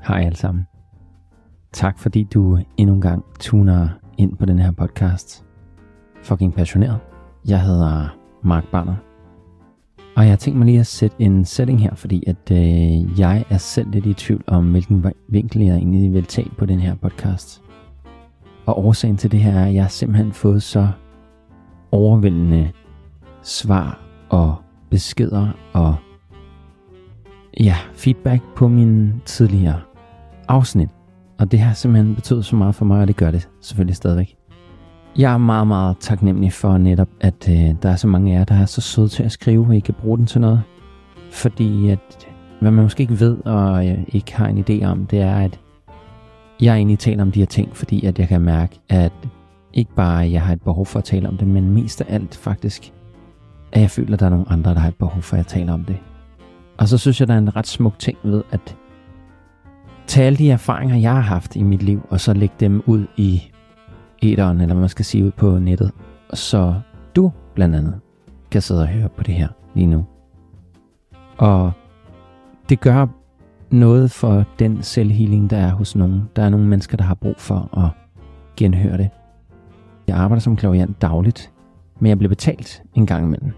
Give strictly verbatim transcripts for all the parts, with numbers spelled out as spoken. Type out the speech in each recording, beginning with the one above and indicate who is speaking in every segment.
Speaker 1: Hej alle sammen. Tak fordi du endnu en gang tuner ind på den her podcast. Fucking passioneret. Jeg hedder Mark Barner. Og jeg har tænkt mig lige at sætte en setting her, fordi at øh, jeg er selv lidt i tvivl om, hvilken vinkel jeg egentlig vil tage på den her podcast. Og årsagen til det her er, at jeg har simpelthen fået så overvældende svar og beskeder og ja, feedback på mine tidligere afsnit. Og det har simpelthen betydet så meget for mig, og det gør det selvfølgelig stadigvæk. Jeg er meget, meget taknemmelig for netop, at øh, der er så mange af jer, der er så søde til at skrive, og I kan bruge den til noget. Fordi at, hvad man måske ikke ved, og øh, ikke har en idé om, det er, at jeg egentlig taler om de her ting, fordi at jeg kan mærke, at ikke bare at jeg har et behov for at tale om det, men mest af alt faktisk, at jeg føler, at der er nogle andre, der har et behov for, at jeg taler om det. Og så synes jeg, der er en ret smuk ting ved at tage alle de erfaringer, jeg har haft i mit liv, og så lægge dem ud i æteren, eller hvad man skal sige, ud på nettet, så du blandt andet kan sidde og høre på det her lige nu. Og det gør noget for den selvhealing, der er hos nogen. Der er nogle mennesker, der har brug for at genhøre det. Jeg arbejder som clairvoyant dagligt, men jeg bliver betalt en gang imellem.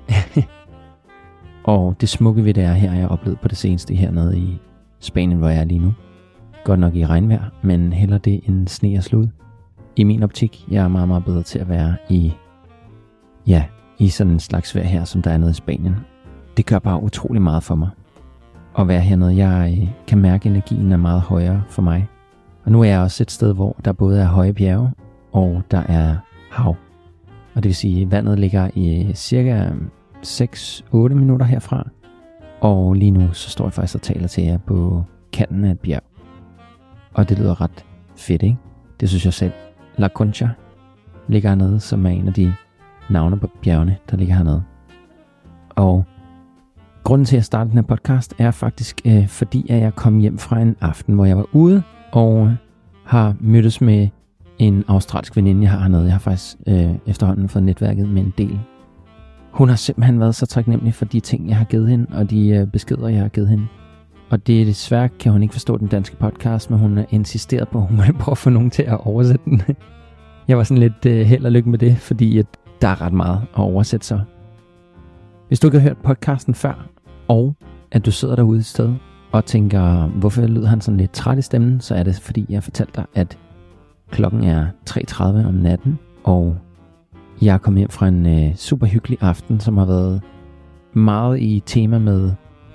Speaker 1: Og det smukke ved det er her, jeg har oplevet på det seneste hernede i Spanien, hvor jeg er lige nu. Godt nok i regnvejr, men heller det end sne og slud. I min optik, jeg er meget, meget bedre til at være i, ja, i sådan en slags vejr her, som der er nede i Spanien. Det gør bare utrolig meget for mig at være hernede. Jeg kan mærke, at energien er meget højere for mig. Og nu er jeg også et sted, hvor der både er høje bjerge, og der er hav. Og det vil sige, at vandet ligger i cirka seks otte minutter herfra. Og lige nu, så står jeg faktisk og taler til jer på kanten af et bjerg. Og det lyder ret fedt, ikke? Det synes jeg selv. La Concha ligger hernede, som er en af de navne på bjergene, der ligger hernede. Og grunden til at starte den her podcast er faktisk øh, fordi, at jeg kom hjem fra en aften, hvor jeg var ude og har mødtes med en australsk veninde, jeg har hernede. Jeg har faktisk øh, efterhånden fået netværket med en del. Hun har simpelthen været så taknemmelig for de ting, jeg har givet hende, og de øh, beskeder, jeg har givet hende. Og det er desværre, kan hun ikke forstå den danske podcast, men hun har insisteret på, at hun må prøve at få nogen til at oversætte den. Jeg var sådan lidt øh, held og lykke med det, fordi at der er ret meget at oversætte så. Hvis du ikke har hørt podcasten før, og at du sidder derude et sted og tænker, hvorfor lyder han sådan lidt træt i stemmen, så er det fordi, jeg fortalte dig, at klokken er tre tredive om natten, og jeg er kommet hjem fra en øh, super hyggelig aften, som har været meget i tema med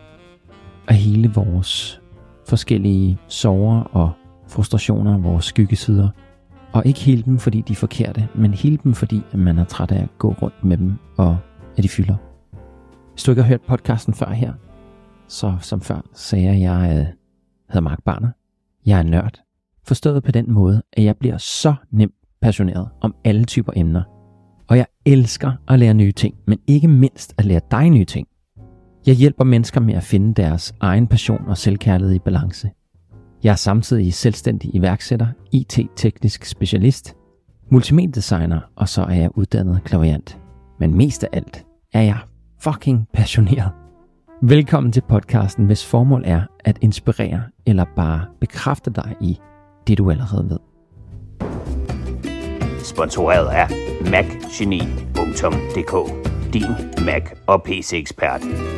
Speaker 1: at hele vores forskellige sorger og frustrationer, vores skyggesider. Og ikke hele dem, fordi de er forkerte, men hele dem, fordi at man er træt af at gå rundt med dem, og at de fylder. Hvis du ikke har hørt podcasten før her, så som før sagde jeg, at jeg øh, hedder Mark Barner. Jeg er nørd. Forstået på den måde, at jeg bliver så nemt passioneret om alle typer emner. Og jeg elsker at lære nye ting, men ikke mindst at lære dig nye ting. Jeg hjælper mennesker med at finde deres egen passion og selvkærlighed i balance. Jeg er samtidig selvstændig iværksætter, I T-teknisk specialist, multimediedesigner, og så er jeg uddannet clairvoyant. Men mest af alt er jeg fucking passioneret. Velkommen til podcasten, hvis formål er at inspirere eller bare bekræfte dig i det, du allerede ved.
Speaker 2: Sponsoreret af mac geni punktum d k, din Mac og P C-ekspert.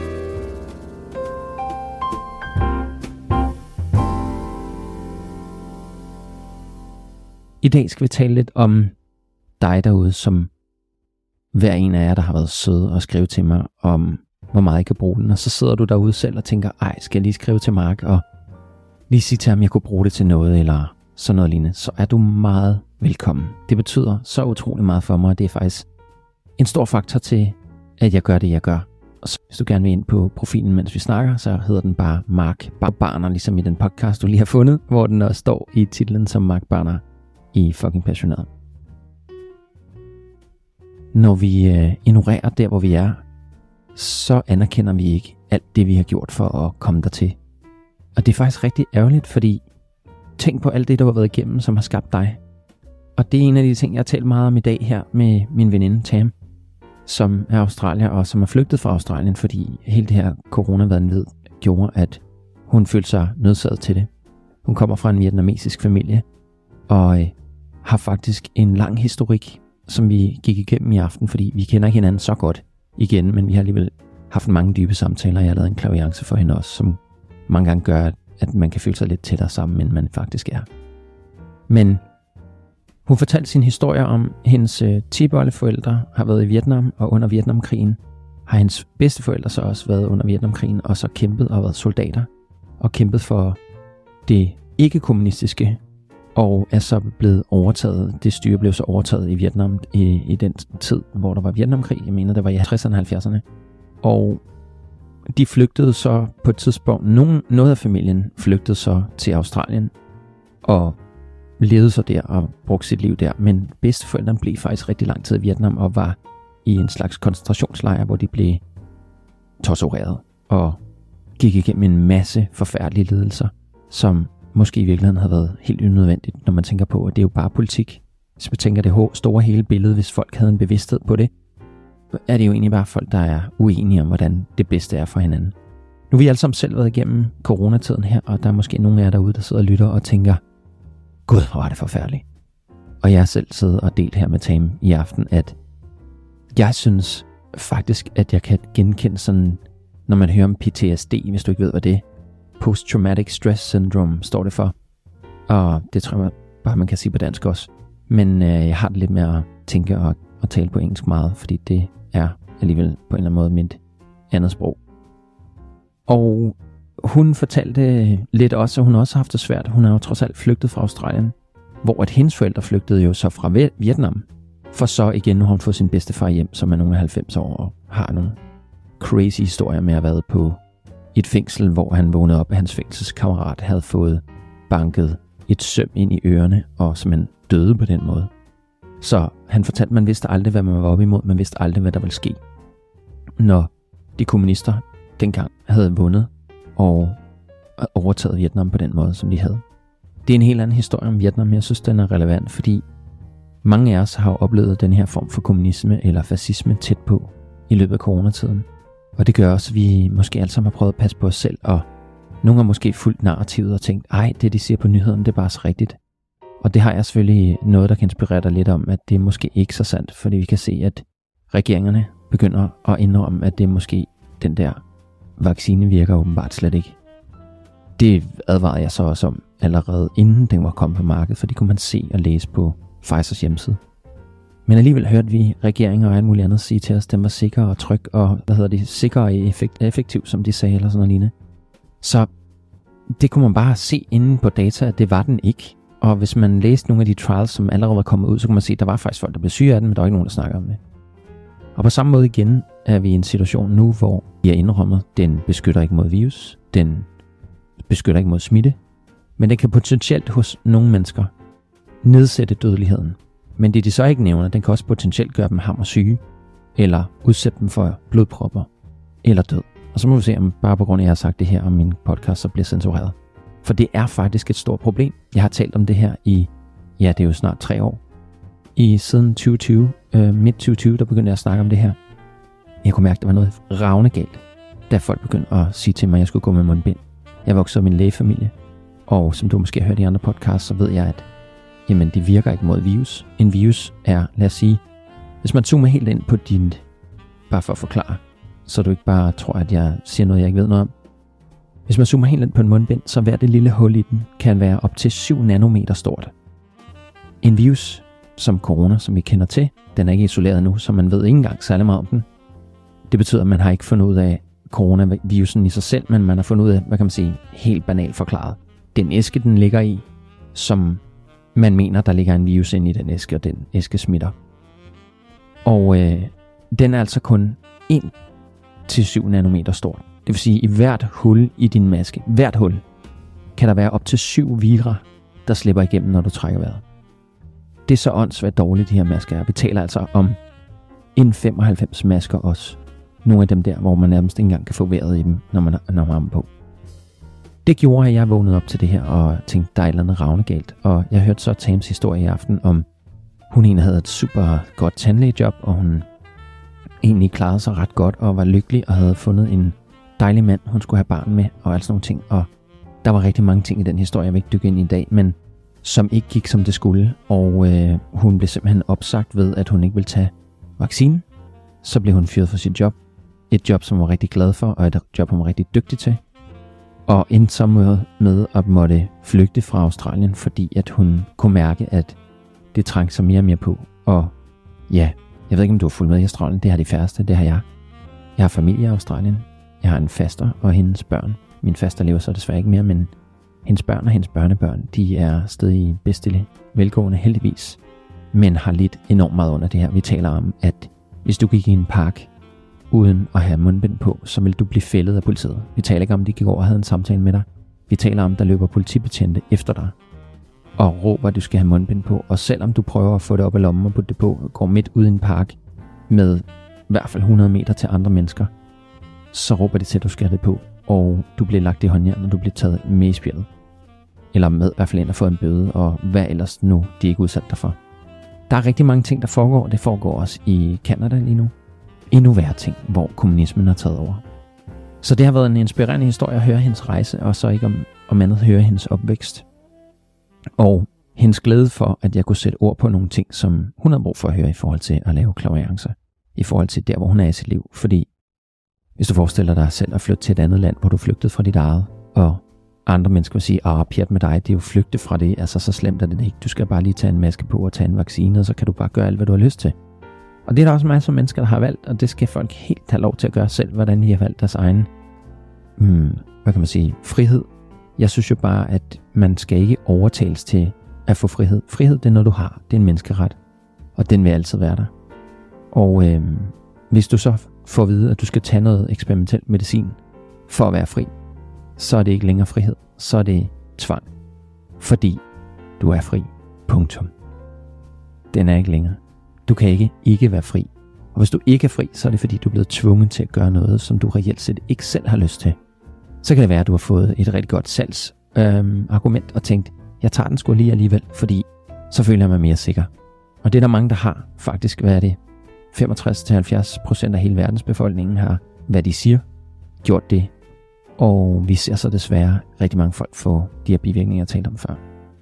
Speaker 1: I dag skal vi tale lidt om dig derude, som hver en af jer, der har været søde og skrive til mig om, hvor meget jeg kan bruge den. Og så sidder du derude selv og tænker, ej, skal jeg lige skrive til Mark og lige sige til ham, jeg kunne bruge det til noget, eller sådan noget lignende. Så er du meget velkommen. Det betyder så utrolig meget for mig, og det er faktisk en stor faktor til, at jeg gør det, jeg gør. Og så, hvis du gerne vil ind på profilen, mens vi snakker, så hedder den bare Mark Barner, ligesom i den podcast, du lige har fundet, hvor den også står i titlen som Mark Barner i fucking passioneret. Når vi øh, ignorerer der, hvor vi er, så anerkender vi ikke alt det, vi har gjort for at komme dertil. Og det er faktisk rigtig ærgerligt, fordi tænk på alt det, du har været igennem, som har skabt dig. Og det er en af de ting, jeg har talt meget om i dag her med min veninde Tam, som er australier og som er flygtet fra Australien, fordi hele det her coronavanvid gjorde, at hun følte sig nødsaget til det. Hun kommer fra en vietnamesisk familie, og øh, har faktisk en lang historik, som vi gik igennem i aften, fordi vi kender hinanden så godt igen, men vi har alligevel haft mange dybe samtaler. Jeg har lavet en klaviance for hende også, som mange gange gør, at man kan føle sig lidt tættere sammen, end man faktisk er. Men hun fortalte sin historie om, hendes øh, tipoldeforældre har været i Vietnam, og under Vietnamkrigen har hendes bedsteforældre så også været under Vietnamkrigen, og så kæmpet og været soldater, og kæmpet for det ikke-kommunistiske, og er så blevet overtaget. Det styre blev så overtaget i Vietnam i, i den tid, hvor der var Vietnamkrig. Jeg mener, det var i halvtredserne og halvfjerdserne. Og de flygtede så på et tidspunkt. Nogen, noget af familien flygtede så til Australien, og levede så der og brugte sit liv der. Men bedsteforældrene blev faktisk rigtig lang tid i Vietnam, og var i en slags koncentrationslejr, hvor de blev tortureret og gik igennem en masse forfærdelige lidelser, som måske i virkeligheden havde været helt unødvendigt, når man tænker på, at det er jo bare politik. Hvis man tænker det store hele billede, hvis folk havde en bevidsthed på det, er det jo egentlig bare folk, der er uenige om, hvordan det bedste er for hinanden. Nu har vi alle sammen selv været igennem coronatiden her, og der er måske nogle af jer derude, der sidder og lytter og tænker, gud, hvor er det forfærdeligt. Og jeg har selv siddet og delt her med Tam i aften, at jeg synes faktisk, at jeg kan genkende sådan, når man hører om P T S D, hvis du ikke ved, hvad det er. Post-Traumatic Stress Syndrome står det for. Og det tror jeg bare, man kan sige på dansk også. Men øh, jeg har det lidt med at tænke og, og tale på engelsk meget, fordi det er alligevel på en eller anden måde mit andet sprog. Og hun fortalte lidt også, at hun også har haft det svært. Hun har jo trods alt flygtet fra Australien, hvor at hendes forældre flygtede jo så fra Vietnam. For så igen, nu har hun fået sin bedstefar hjem, som er nogle af halvfems år, og har nogle crazy historier med at have været på et fængsel, hvor han vågnede op, at hans fængselskammerat havde fået banket et søm ind i ørerne, og simpelthen døde på den måde. Så han fortalte, at man vidste aldrig, hvad man var oppe imod, man vidste aldrig, hvad der ville ske, når de kommunister dengang havde vundet og overtaget Vietnam på den måde, som de havde. Det er en helt anden historie om Vietnam, men jeg synes, den er relevant, fordi mange af os har jo oplevet den her form for kommunisme eller fascisme tæt på i løbet af coronatiden. Og det gør også, at vi måske alle sammen har prøvet at passe på os selv, og nogle har måske fulgt narrativet og tænkt, ej, det de siger på nyhederne, det er bare så rigtigt. Og det har jeg selvfølgelig noget, der kan inspirere dig lidt om, at det er måske ikke så sandt, fordi vi kan se, at regeringerne begynder at indrømme, at det er måske den der vaccine virker åbenbart slet ikke. Det advarede jeg så også om allerede inden den var kommet på markedet, for det kunne man se og læse på Pfizers hjemmeside. Men alligevel hørte vi regeringer og alt muligt andet sige til os, at den var sikker og tryg, og hvad hedder det, sikker og effektiv, som de sagde, eller sådan noget lignende. Så det kunne man bare se inde på data, at det var den ikke. Og hvis man læste nogle af de trials, som allerede var kommet ud, så kunne man se, at der var faktisk folk, der blev syge af den, men der var ikke nogen, der snakker om det. Og på samme måde igen er vi i en situation nu, hvor vi er indrømmet, den beskytter ikke mod virus, den beskytter ikke mod smitte, men den kan potentielt hos nogle mennesker nedsætte dødeligheden. Men det de så ikke nævner, den kan også potentielt gøre dem hammersyge, eller udsætte dem for blodpropper, eller død. Og så må vi se, om bare på grund af, at jeg har sagt det her om min podcast, så bliver censureret. For det er faktisk et stort problem. Jeg har talt om det her i, ja, det er jo snart tre år. I siden tyve tyve, øh, midt tyve tyve, der begyndte jeg at snakke om det her. Jeg kunne mærke, at der var noget ravne galt, da folk begyndte at sige til mig, at jeg skulle gå med mundbind. Jeg voksede op i en lægefamilie, og som du måske har hørt i andre podcasts, så ved jeg, at jamen, det virker ikke mod virus. En virus er, lad os sige, hvis man zoomer helt ind på din, bare for at forklare, så du ikke bare tror, at jeg siger noget, jeg ikke ved noget om. Hvis man zoomer helt ind på en mundbind, så hver det lille hul i den kan være op til syv nanometer stort. En virus, som corona, som vi kender til, den er ikke isoleret nu, så man ved ikke engang særlig meget om den. Det betyder, at man har ikke fundet ud af coronavirusen i sig selv, men man har fundet ud af, hvad kan man sige, helt banalt forklaret. Den æske, den ligger i, som man mener, der ligger en virus inde i den æske, og den æske smitter. Og øh, den er altså kun en til syv nanometer stort. Det vil sige, at i hvert hul i din maske, hvert hul, kan der være op til syv vira, der slipper igennem, når du trækker vejret. Det er så åndssvagt dårligt, de her masker er. Vi taler altså om en femoghalvfems masker også. Nogle af dem der, hvor man nærmest ikke engang kan få vejret i dem, når man, når man har dem på. Det gjorde, at jeg vågnede op til det her og tænkte, der er et eller andet ravnegalt. Og jeg hørte så Tams historie i aften om, hun egentlig havde et super godt tandlægejob, og hun egentlig klarede sig ret godt og var lykkelig og havde fundet en dejlig mand, hun skulle have barn med og alt sådan nogle ting. Og Der var rigtig mange ting i den historie, jeg vil ikke dykke ind i i dag, men som ikke gik som det skulle, og øh, hun blev simpelthen opsagt ved, at hun ikke ville tage vaccinen. Så blev hun fyret fra sit job. Et job, som hun var rigtig glad for, og et job, hun var rigtig dygtig til. Og endte så med, med at måtte flygte fra Australien, fordi at hun kunne mærke, at det trængte sig mere og mere på. Og ja, jeg ved ikke, om du har fulgt med i Australien. Det har de færreste, det har jeg. Jeg har familie i Australien. Jeg har en faster og hendes børn. Min faster lever så desværre ikke mere, men hendes børn og hendes børnebørn, de er stadig bedste velgående heldigvis, men har lidt enormt meget under det her. Vi taler om, at hvis du gik i en park uden at have mundbind på, så vil du blive fældet af politiet. Vi taler ikke om, at de gik over og havde en samtale med dig. Vi taler om, at der løber politibetjente efter dig og råber, at du skal have mundbind på. Og selvom du prøver at få det op af lommen og putte det på, går midt ude i en park med i hvert fald hundrede meter til andre mennesker, så råber de til, at du skal have det på. Og du bliver lagt i håndjern, og du bliver taget med i spjældet. Eller med i hvert fald ind og få en bøde, og hvad ellers nu de er ikke udsat dig for. Der er rigtig mange ting, der foregår. Det foregår også i Canada lige nu. Endnu værre ting, hvor kommunismen har taget over. Så det har været en inspirerende historie at høre hendes rejse, og så ikke om, om andet høre hendes opvækst. Og hendes glæde for, at jeg kunne sætte ord på nogle ting, som hun har brug for at høre i forhold til at lave clairvoyance. I forhold til der, hvor hun er i sit liv. Fordi hvis du forestiller dig selv at flytte til et andet land, hvor du flygtede fra dit eget, og andre mennesker vil sige, ah, pjat med dig, det er jo flygte fra det, altså så slemt er det ikke. Du skal bare lige tage en maske på og tage en vaccine, og så kan du bare gøre alt, hvad du har lyst til. Og det er der også masser af mennesker, der har valgt, og det skal folk helt have lov til at gøre selv, hvordan de har valgt deres egen, hmm, hvad kan man sige, frihed. Jeg synes jo bare, at man skal ikke overtales til at få frihed. Frihed, det er noget, du har. Det er en menneskeret, og den vil altid være der. Og øh, hvis du så får at vide, at du skal tage noget eksperimentel medicin for at være fri, så er det ikke længere frihed. Så er det tvang. Fordi du er fri. Punktum. Den er ikke længere. Du kan ikke ikke være fri. Og hvis du ikke er fri, så er det fordi, du er blevet tvunget til at gøre noget, som du reelt set ikke selv har lyst til. Så kan det være, at du har fået et rigtig godt salgsargument øhm, og tænkt, jeg tager den sgu lige alligevel, fordi så føler jeg mig mere sikker. Og det er der mange, der har. Faktisk, hvad er det? femogtres til halvfjerds procent af hele verdens befolkningen har, hvad de siger, gjort det. Og vi ser så desværre rigtig mange folk få de her bivirkninger, jeg talte om før.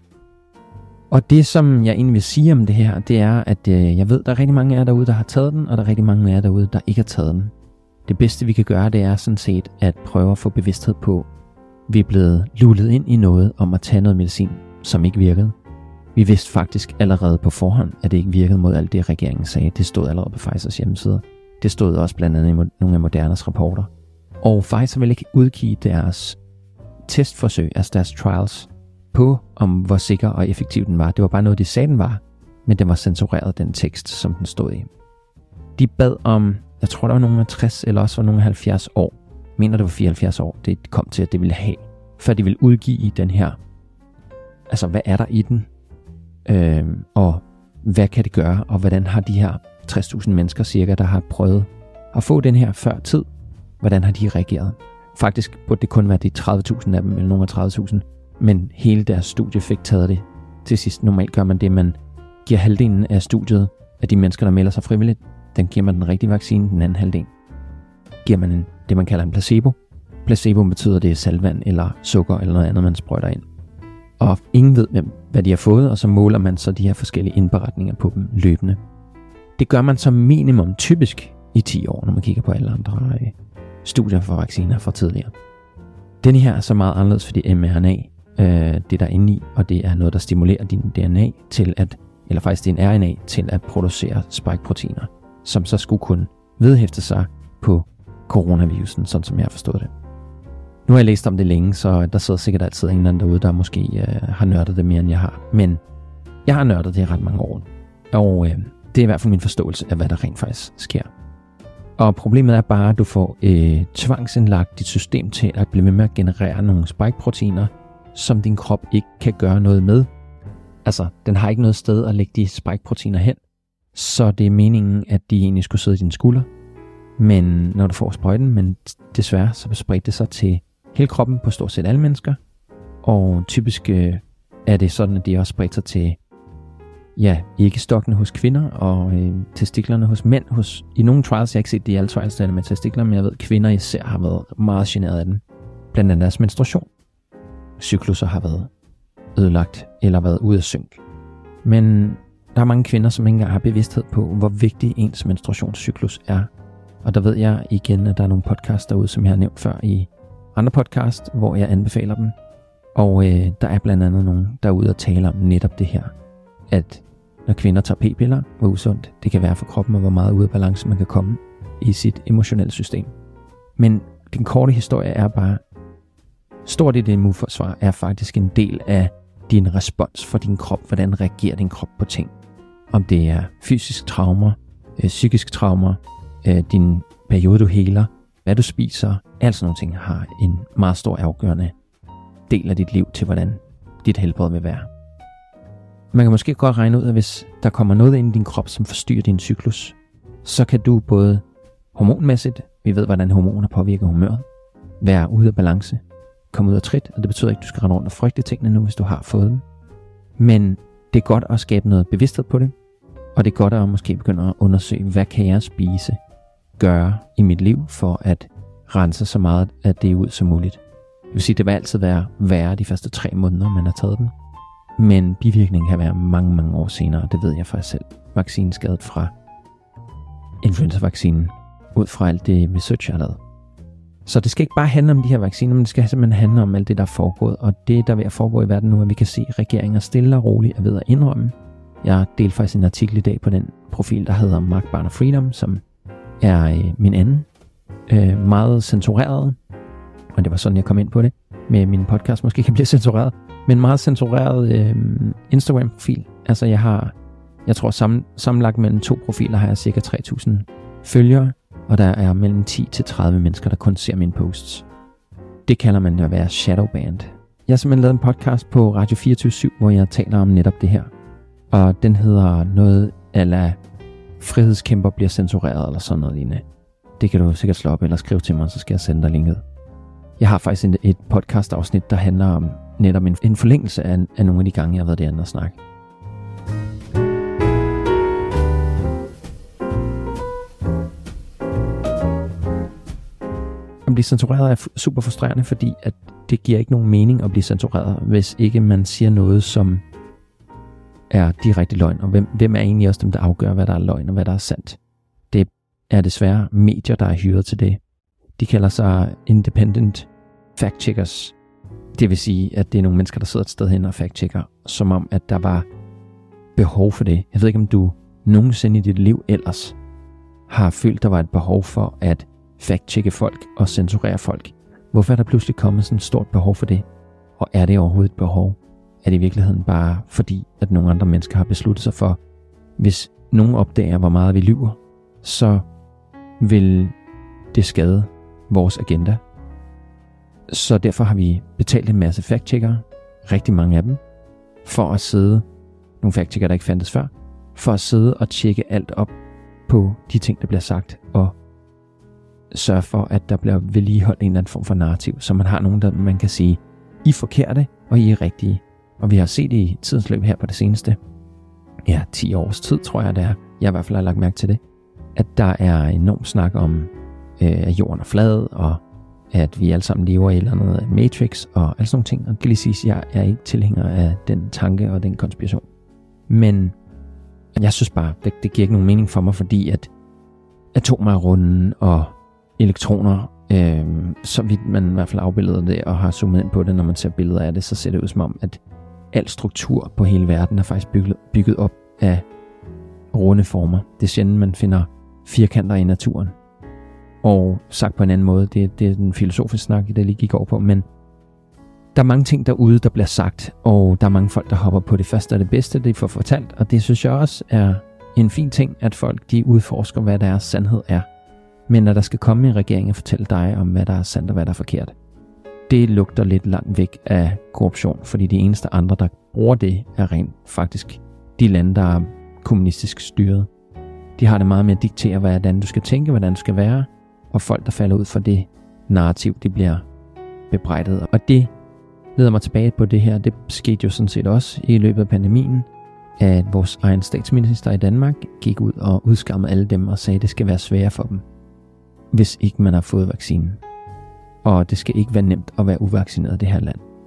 Speaker 1: Og det, som jeg egentlig vil sige om det her, det er, at øh, jeg ved, der er rigtig mange af jer derude, der har taget den, og der er rigtig mange af jer derude, der ikke har taget den. Det bedste, vi kan gøre, det er sådan set at prøve at få bevidsthed på, at vi er blevet lullet ind i noget om at tage noget medicin, som ikke virkede. Vi vidste faktisk allerede på forhånd, at det ikke virkede mod alt det, regeringen sagde. Det stod allerede på Pfizers hjemmeside. Det stod også blandt andet i nogle af Modernas rapporter. Og Pfizer vil ikke udgive deres testforsøg, altså deres trials, på om hvor sikker og effektiv den var. Det var bare noget, de sagde, den var, men den var censureret, den tekst, som den stod i. De bad om, jeg tror, der var nogen af tres, eller også var nogen af halvfjerds år. Jeg mener, det var fireoghalvfjerds år, det kom til, at det ville have, før de ville udgive den her. Altså, hvad er der i den? Øh, og hvad kan det gøre? Og hvordan har de her tres tusind mennesker cirka, der har prøvet at få den her før tid, hvordan har de reageret? Faktisk burde det kun være de tredive tusind af dem, eller nogle af tredive tusind, men hele deres studie fik taget det til sidst. Normalt gør man det, man giver halvdelen af studiet af de mennesker, der melder sig frivilligt, den giver man den rigtige vaccine, den anden halvdel giver man en, det, man kalder en placebo. Placebo betyder, det er saltvand eller sukker eller noget andet, man sprøjter ind. Og ingen ved, hvem, hvad de har fået, og så måler man så de her forskellige indberetninger på dem løbende. Det gør man som minimum typisk i ti år, når man kigger på alle andre studier for vacciner fra tidligere. Den her er så meget anderledes, fordi mRNA, øh, det der er inde i, og det er noget, der stimulerer din D N A til at, eller faktisk din R N A til at producere spike-proteiner, som så skulle kunne vedhæfte sig på coronavirusen, sådan som jeg har forstået det. Nu har jeg læst om det længe, så der sidder sikkert altid en eller anden derude, der måske øh, har nørdet det mere, end jeg har. Men jeg har nørdet det i ret mange år. Og øh, det er i hvert fald min forståelse af, hvad der rent faktisk sker. Og problemet er bare, at du får øh, tvangsindlagt dit system til at blive ved med at generere nogle spike-proteiner, som din krop ikke kan gøre noget med. Altså, den har ikke noget sted at lægge de spike-proteiner hen. Så det er meningen, at de egentlig skulle sidde i dine skulder. Men når du får sprøjten, men desværre, så spredt det sig til hele kroppen på stort set alle mennesker. Og typisk øh, er det sådan, at de også spredt sig til ja, æggestokkene hos kvinder og øh, testiklerne hos mænd. Hos, I nogle trials, jeg har ikke set det i alle trials, der er med testikler, men jeg ved, at kvinder især har været meget generet af den. Blandt andet deres menstruation. cykluser har været ødelagt eller været ude af synk. Men der er mange kvinder, som ikke engang har bevidsthed på, hvor vigtig ens menstruationscyklus er. Og der ved jeg igen, at der er nogle podcasts derude, som jeg har nævnt før i andre podcasts, hvor jeg anbefaler dem. Og øh, der er blandt andet nogen derude og taler om netop det her, at når kvinder tager p-piller, hvor usundt det kan være for kroppen, og hvor meget ude af balance man kan komme i sit emotionelle system. Men den korte historie er bare, stort i det immunforsvar er faktisk en del af din respons for din krop. Hvordan reagerer din krop på ting? Om det er fysisk traumer, øh, psykisk traumer, øh, din periode du heler, hvad du spiser, alt sådan nogle ting har en meget stor afgørende del af dit liv til, hvordan dit helbred vil være. Man kan måske godt regne ud, at hvis der kommer noget ind i din krop, som forstyrrer din cyklus, så kan du både hormonmæssigt, vi ved, hvordan hormoner påvirker humøret, være ude af balance, komme ud af trit, og det betyder ikke, at du skal rende rundt og frygte tingene nu, hvis du har fået dem. Men det er godt at skabe noget bevidsthed på det, og det er godt at måske begynde at undersøge, hvad kan jeg spise, gøre i mit liv, for at rense så meget af det ud som muligt. Det vil sige, at det vil altid være værre de første tre måneder, man har taget den. Men bivirkningen kan være mange, mange år senere, og det ved jeg fra jeg selv. Vaccineskadet fra influenza-vaccinen, ud fra alt det research, jeg har lavet. Så det skal ikke bare handle om de her vacciner, men det skal simpelthen handle om alt det, der er foregået. Og det, der er ved at foregå i verden nu, at vi kan se, at regeringer stille og roligt er ved at indrømme. Jeg delte faktisk en artikel i dag på den profil, der hedder Mark Barner Freedom, som er øh, min anden. Øh, meget censureret, og det var sådan, jeg kom ind på det, med min podcast måske kan blive censureret, men meget censureret øh, Instagram-profil. Altså jeg har, jeg tror sammen, sammenlagt mellem to profiler har jeg cirka tre tusind følgere, og der er mellem ti til tredive mennesker, der kun ser mine posts. Det kalder man at være shadowbanned. Jeg har simpelthen lavet en podcast på Radio fireogtyve syv, hvor jeg taler om netop det her. Og den hedder noget ala frihedskæmper bliver censureret, eller sådan noget lignende. Det kan du sikkert slå op eller skrive til mig, så skal jeg sende dig linket. Jeg har faktisk et podcast-afsnit, der handler om netop en, en forlængelse af, af nogle af de gange, jeg har været derinde og snakke. At blive censureret er super frustrerende, fordi at det giver ikke nogen mening at blive censureret, hvis ikke man siger noget, som er direkte løgn. Og hvem, hvem er egentlig også dem, der afgør, hvad der er løgn og hvad der er sandt? Det er desværre medier, der er hyret til det. De kalder sig independent fact-checkers. Det vil sige, at det er nogle mennesker, der sidder et sted hen og fact-checker, som om, at der var behov for det. Jeg ved ikke, om du nogensinde i dit liv ellers har følt, der var et behov for at fact-checke folk og censurere folk. Hvorfor er der pludselig kommet sådan et stort behov for det? Og er det overhovedet et behov? Er det i virkeligheden bare fordi, at nogle andre mennesker har besluttet sig for, hvis nogen opdager, hvor meget vi lyver, så vil det skade vores agenda. Så derfor har vi betalt en masse fact-checkere, rigtig mange af dem, for at sidde, nogle fact-checkere, der ikke fandtes før, for at sidde og tjekke alt op på de ting, der bliver sagt, og sørge for, at der bliver vedligeholdt en eller anden form for narrativ, så man har nogen, der man kan sige, I er forkerte, og I er rigtige. Og vi har set i tidens løb her på det seneste, ja, ti års tid, tror jeg, det er, jeg i hvert fald har lagt mærke til det, at der er enormt snak om, øh, at jorden er flad, og at vi alle sammen lever i et eller andet Matrix, og alle sådan nogle ting. Og det kan lige sige, at jeg er ikke tilhænger af den tanke og den konspiration. Men jeg synes bare, det, det giver ikke nogen mening for mig, fordi at atomer er runde, og elektroner, øh, så vidt man i hvert fald afbilleder det, og har zoomet ind på det, når man ser billeder af det, så ser det ud som om, at al struktur på hele verden er faktisk bygget, bygget op af runde former. Det er sjældent, man finder firkanter i naturen. Og sagt på en anden måde, det, det er den filosofiske snak, det lige gik over på, men der er mange ting derude, der bliver sagt, og der er mange folk, der hopper på det første og det bedste, de får fortalt, og det synes jeg også er en fin ting, at folk de udforsker, hvad deres sandhed er. Men når der skal komme en regering og fortælle dig om, hvad der er sandt og hvad der er forkert, det lugter lidt langt væk af korruption, fordi de eneste andre, der bruger det, er rent faktisk de lande, der er kommunistisk styret. De har det meget med at diktere, hvordan du skal tænke, hvordan du skal være, og folk, der falder ud for det narrativ, de bliver bebrejdet. Og det leder mig tilbage på det her. Det skete jo sådan set også i løbet af pandemien, at vores egen statsminister i Danmark gik ud og udskammede alle dem og sagde, at det skal være sværere for dem, hvis ikke man har fået vaccinen. Og det skal ikke være nemt at være uvaccineret i det her land.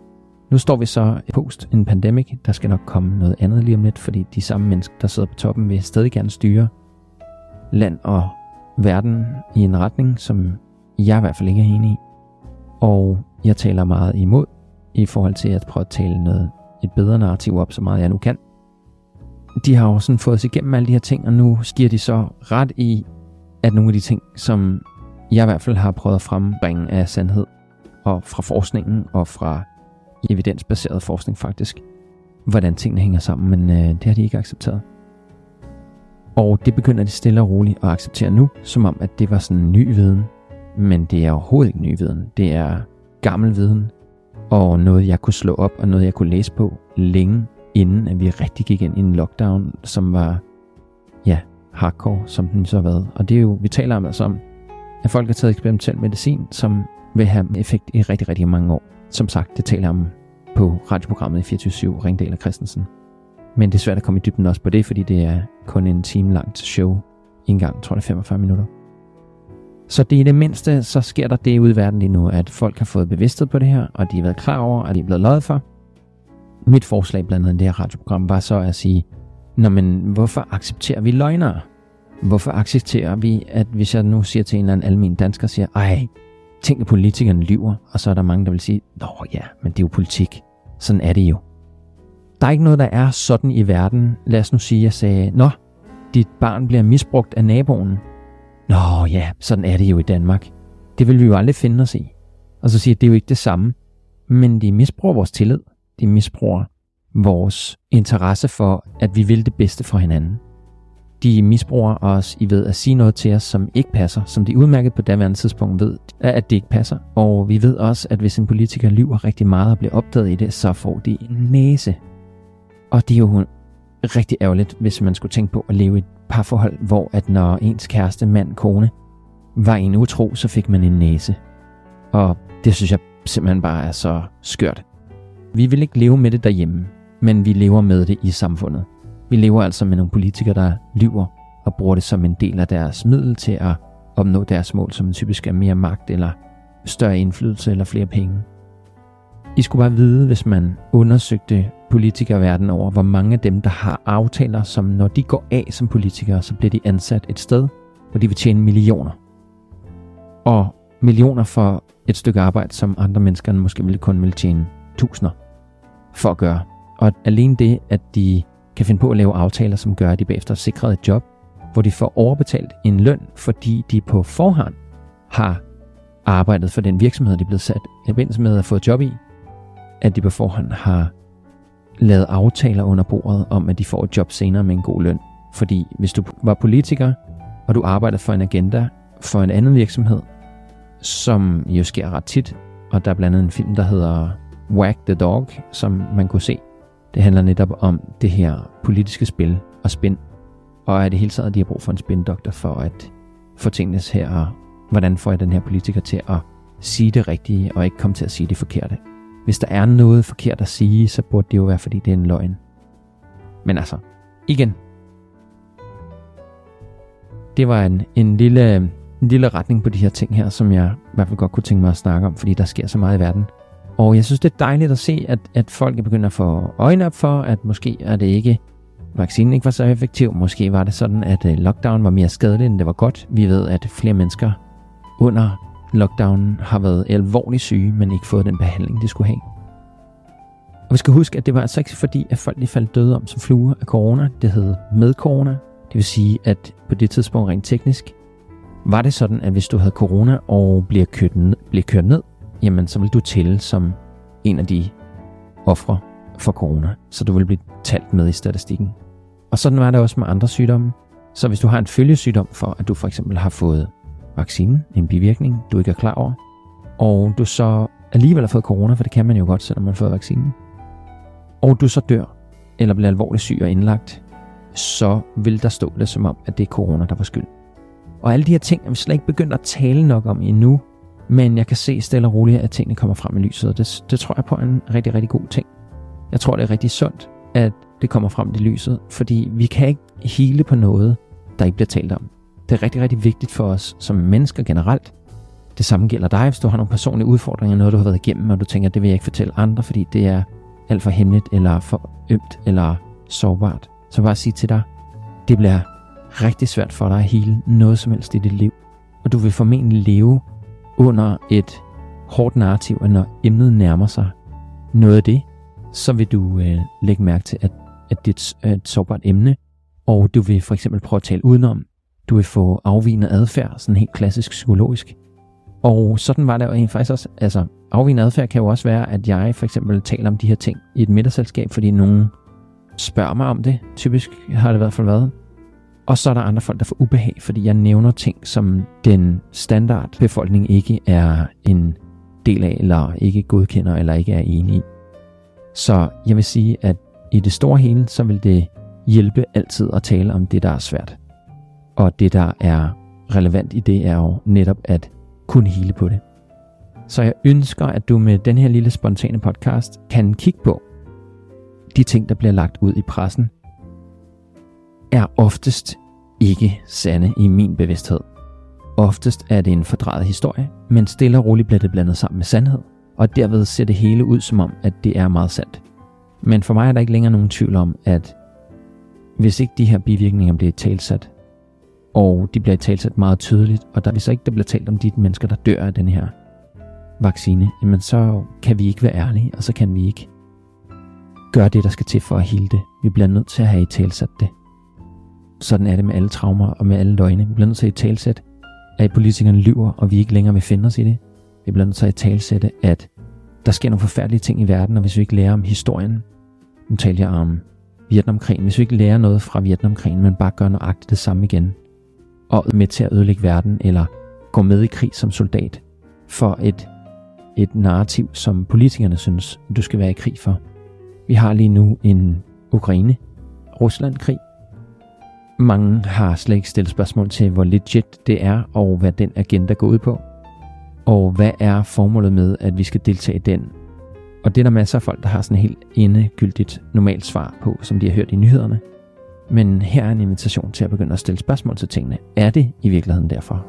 Speaker 1: Nu står vi så post en pandemic. Der skal nok komme noget andet lige om lidt, fordi de samme mennesker, der sidder på toppen, vil stadig gerne styre land og verden i en retning, som jeg i hvert fald ikke er enig i. Og jeg taler meget imod i forhold til at prøve at tale noget, et bedre narrativ op, så meget jeg nu kan. De har jo sådan fået os igennem alle de her ting, og nu stiger de så ret i, at nogle af de ting, som jeg i hvert fald har prøvet at frembringe af sandhed, og fra forskningen og fra evidensbaseret forskning faktisk, hvordan tingene hænger sammen, men øh, det har de ikke accepteret. Og det begynder de stille og roligt at acceptere nu, som om at det var sådan en ny viden, men det er overhovedet ikke ny viden. Det er gammel viden, og noget jeg kunne slå op, og noget jeg kunne læse på længe inden at vi rigtig gik ind i en lockdown, som var, ja, hardcore, som den så har været. Og det er jo, vi taler om altså om, at folk har taget eksperimentel medicin, som vil have effekt i rigtig, rigtig mange år. Som sagt, det taler jeg om på radioprogrammet i fireogtyve syv, Ringdal og Christensen. Men det er svært at komme i dybden også på det, fordi det er kun en time langt show. En gang, tror jeg, femogfyrre minutter. Så det i det mindste, så sker der det ude i verden lige nu, at folk har fået bevidsthed på det her, og de har været klar over, at de er blevet løjet for. Mit forslag blandt andet i det her radioprogram var så at sige, nå, men hvorfor accepterer vi løgnere? Hvorfor accepterer vi, at hvis jeg nu siger til en eller anden almen dansker, siger, ej, tænk at politikerne lyver, og så er der mange, der vil sige, nå ja, men det er jo politik. Sådan er det jo. Der er ikke noget, der er sådan i verden. Lad os nu sige, at jeg sagde, nå, dit barn bliver misbrugt af naboen. Nå ja, sådan er det jo i Danmark. Det vil vi jo aldrig finde os i. Og så siger jeg, det er jo ikke det samme. Men de misbruger vores tillid. De misbruger vores interesse for, at vi vil det bedste for hinanden. De misbruger os i ved at sige noget til os, som ikke passer, som de udmærket på daværende tidspunkt ved, at det ikke passer. Og vi ved også, at hvis en politiker lyver rigtig meget og bliver opdaget i det, så får de en næse. Og det er jo rigtig ærgerligt, hvis man skulle tænke på at leve i et parforhold, hvor at når ens kæreste, mand, kone var en utro, så fik man en næse. Og det synes jeg simpelthen bare er så skørt. Vi vil ikke leve med det derhjemme, men vi lever med det i samfundet. Vi lever altså med nogle politikere, der lyver og bruger det som en del af deres middel til at opnå deres mål, som typisk er mere magt eller større indflydelse eller flere penge. I skulle bare vide, hvis man undersøgte politikere verden over, hvor mange af dem, der har aftaler, som når de går af som politikere, så bliver de ansat et sted, hvor de vil tjene millioner. Og millioner for et stykke arbejde, som andre mennesker måske ville kun ville tjene tusinder for at gøre. Og alene det, at de kan finde på at lave aftaler, som gør, at de bagefter er sikret et job, hvor de får overbetalt en løn, fordi de på forhånd har arbejdet for den virksomhed, de er blevet sat i forbindelse med at få et job i, at de på forhånd har lavet aftaler under bordet om, at de får et job senere med en god løn. Fordi hvis du var politiker, og du arbejdede for en agenda for en anden virksomhed, som jo sker ret tit, og der er blandt andet en film, der hedder Wag the Dog, som man kunne se. Det handler netop om det her politiske spil og spin, og at det hele taget, de har brug for en spindoktor for at få tingene her, og hvordan får jeg den her politiker til at sige det rigtige, og ikke komme til at sige det forkerte. Hvis der er noget forkert at sige, så burde det jo være, fordi det er en løgn. Men altså, igen. Det var en, en, lille, en lille retning på de her ting her, som jeg i hvert fald godt kunne tænke mig at snakke om, fordi der sker så meget i verden. Og jeg synes, det er dejligt at se, at, at folk er begyndt at få øjnene op for, at måske er det ikke, vaccinen ikke var så effektiv. Måske var det sådan, at lockdown var mere skadelig, end det var godt. Vi ved, at flere mennesker under lockdownen har været alvorligt syge, men ikke fået den behandling, de skulle have. Og vi skal huske, at det var altså ikke fordi, at folk de faldt døde om som fluer af corona. Det hed med corona. Det vil sige, at på det tidspunkt rent teknisk, var det sådan, at hvis du havde corona og bliver kørt ned, bliver kørt ned jamen så vil du tælle som en af de ofre for corona. Så du vil blive talt med i statistikken. Og sådan var det også med andre sygdomme. Så hvis du har en følgesygdom for, at du for eksempel har fået vaccinen, en bivirkning, du ikke er klar over, og du så alligevel har fået corona, for det kan man jo godt, selvom man har fået vaccinen, og du så dør, eller bliver alvorligt syg og indlagt, så vil der stå det som om, at det er corona, der var skyld. Og alle de her ting er vi slet ikke begyndt at tale nok om endnu, men jeg kan se stille og roligt, at tingene kommer frem i lyset, og det, det tror jeg på er en rigtig, rigtig god ting. Jeg tror, det er rigtig sundt, at det kommer frem i lyset, fordi vi kan ikke hele på noget, der ikke bliver talt om. Det er rigtig, rigtig vigtigt for os som mennesker generelt, Det samme gælder dig, hvis du har nogle personlige udfordringer, noget du har været igennem, og du tænker, det vil jeg ikke fortælle andre, fordi det er alt for hemmeligt, eller for ømt, eller sårbart. Så bare sige til dig, det bliver rigtig svært for dig at hele noget som helst i dit liv. Og du vil formentlig leve under et hårdt narrativ, og når emnet nærmer sig noget af det, så vil du øh, lægge mærke til, at, at det er et sårbart emne, og du vil for eksempel prøve at tale udenom. Du vil få afvigende adfærd, sådan helt klassisk psykologisk. Og sådan var det jo faktisk også, altså afvigende adfærd kan jo også være, at jeg for eksempel taler om de her ting i et middagsselskab, fordi nogen spørger mig om det. Typisk har det i hvert fald været. Og så er der andre folk, der får ubehag, fordi jeg nævner ting, som den standardbefolkning ikke er en del af, eller ikke godkender, eller ikke er enig i. Så jeg vil sige, at i det store hele, så vil det hjælpe altid at tale om det, der er svært. Og det, der er relevant i det, er jo netop at kunne hele på det. Så jeg ønsker, at du med den her lille spontane podcast kan kigge på de ting, der bliver lagt ud i pressen, er oftest ikke sande i min bevidsthed. Oftest er det en fordrejet historie, men stille og roligt bliver det blandet sammen med sandhed, og derved ser det hele ud som om, at det er meget sandt. Men for mig er der ikke længere nogen tvivl om, at hvis ikke de her bivirkninger bliver talsat, og de bliver talsat meget tydeligt, og der, hvis ikke der bliver talt om de mennesker, der dør af den her vaccine, jamen så kan vi ikke være ærlige, og så kan vi ikke gøre det, der skal til for at hele det. Vi bliver nødt til at have i talsat det. Sådan er det med alle traumer og med alle løgne. Vi bliver nødt til at talsætte, at politikerne lyver, og vi ikke længere vil finde os i det. Vi bliver nødt til at talsætte, at der sker nogle forfærdelige ting i verden, og hvis vi ikke lærer om historien, nu taler jeg om Vietnamkrigen, hvis vi ikke lærer noget fra Vietnamkrigen, men bare gør nøjagtigt det samme igen, og er med til at ødelægge verden, eller gå med i krig som soldat, for et, et narrativ, som politikerne synes, du skal være i krig for. Vi har lige nu en Ukraine-Rusland-krig. Mange har slet ikke stillet spørgsmål til, hvor legit det er, og hvad den agenda går ud på. Og hvad er formålet med, at vi skal deltage i den? Og det er der masser af folk, der har sådan et helt endegyldigt normalt svar på, som de har hørt i nyhederne. Men her er en invitation til at begynde at stille spørgsmål til tingene. Er det i virkeligheden derfor?